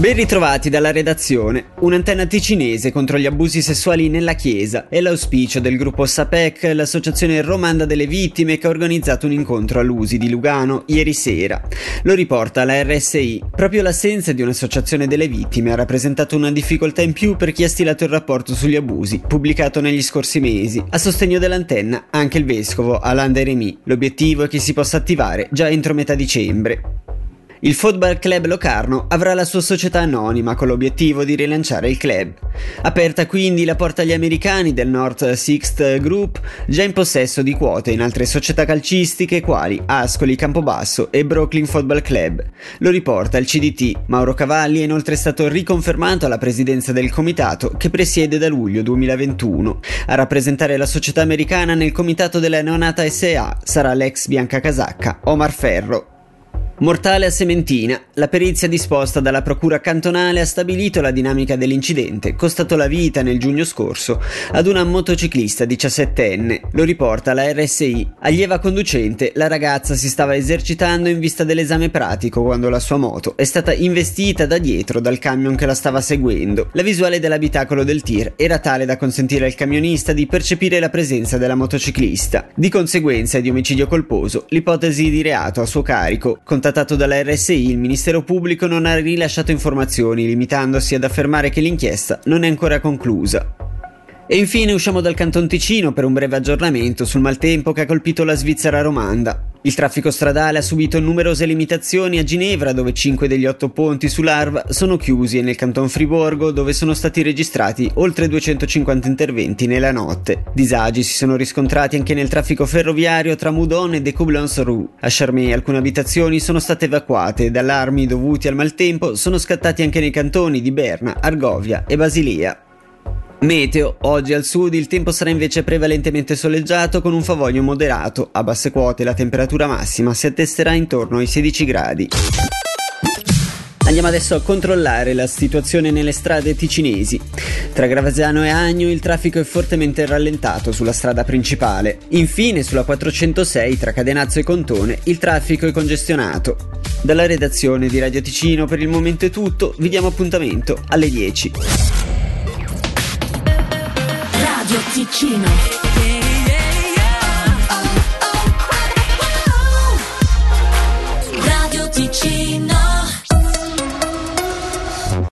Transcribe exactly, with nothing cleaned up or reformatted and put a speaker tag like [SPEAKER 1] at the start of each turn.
[SPEAKER 1] Ben ritrovati dalla redazione. Un'antenna ticinese contro gli abusi sessuali nella chiesa è l'auspicio del gruppo SAPEC, l'associazione romanda delle vittime, che ha organizzato un incontro all'U S I di Lugano ieri sera. Lo riporta la R S I. Proprio l'assenza di un'associazione delle vittime ha rappresentato una difficoltà in più per chi ha stilato il rapporto sugli abusi, pubblicato negli scorsi mesi. A sostegno dell'antenna anche il vescovo Alain de Remy. L'obiettivo è che si possa attivare già entro metà dicembre. Il Football Club Locarno avrà la sua società anonima con l'obiettivo di rilanciare il club. Aperta quindi la porta agli americani del North Sixth Group, già in possesso di quote in altre società calcistiche quali Ascoli Campobasso e Brooklyn Football Club. Lo riporta il C D T. Mauro Cavalli è inoltre stato riconfermato alla presidenza del comitato, che presiede da luglio duemilaventuno. A rappresentare la società americana nel comitato della neonata S A sarà l'ex biancacasacca Omar Ferro. Mortale a Sementina. La perizia disposta dalla procura cantonale ha stabilito la dinamica dell'incidente, costato la vita nel giugno scorso ad una motociclista diciassettenne. Lo riporta la R S I. Allieva conducente, la ragazza si stava esercitando in vista dell'esame pratico quando la sua moto è stata investita da dietro dal camion che la stava seguendo. La visuale dell'abitacolo del tir era tale da consentire al camionista di percepire la presenza della motociclista. Di conseguenza è di omicidio colposo l'ipotesi di reato a suo carico. Contattato dalla R S I, il Ministero Pubblico non ha rilasciato informazioni, limitandosi ad affermare che l'inchiesta non è ancora conclusa. E infine usciamo dal Canton Ticino per un breve aggiornamento sul maltempo che ha colpito la Svizzera romanda. Il traffico stradale ha subito numerose limitazioni a Ginevra, dove cinque degli otto ponti sull'Arve sono chiusi, e nel Canton Friburgo, dove sono stati registrati oltre duecentocinquanta interventi nella notte. Disagi si sono riscontrati anche nel traffico ferroviario tra Moudon e Découblens-Roux. A Charmey alcune abitazioni sono state evacuate ed allarmi dovuti al maltempo sono scattati anche nei cantoni di Berna, Argovia e Basilea. Meteo. Oggi al sud il tempo sarà invece prevalentemente soleggiato con un favoglio moderato. A basse quote la temperatura massima si attesterà intorno ai sedici gradi. Andiamo adesso a controllare la situazione nelle strade ticinesi. Tra Gravesano e Agno il traffico è fortemente rallentato sulla strada principale. Infine sulla quattrocentosei tra Cadenazzo e Contone il traffico è congestionato. Dalla redazione di Radio Ticino per il momento è tutto, vi diamo appuntamento alle dieci.
[SPEAKER 2] Radio Ticino.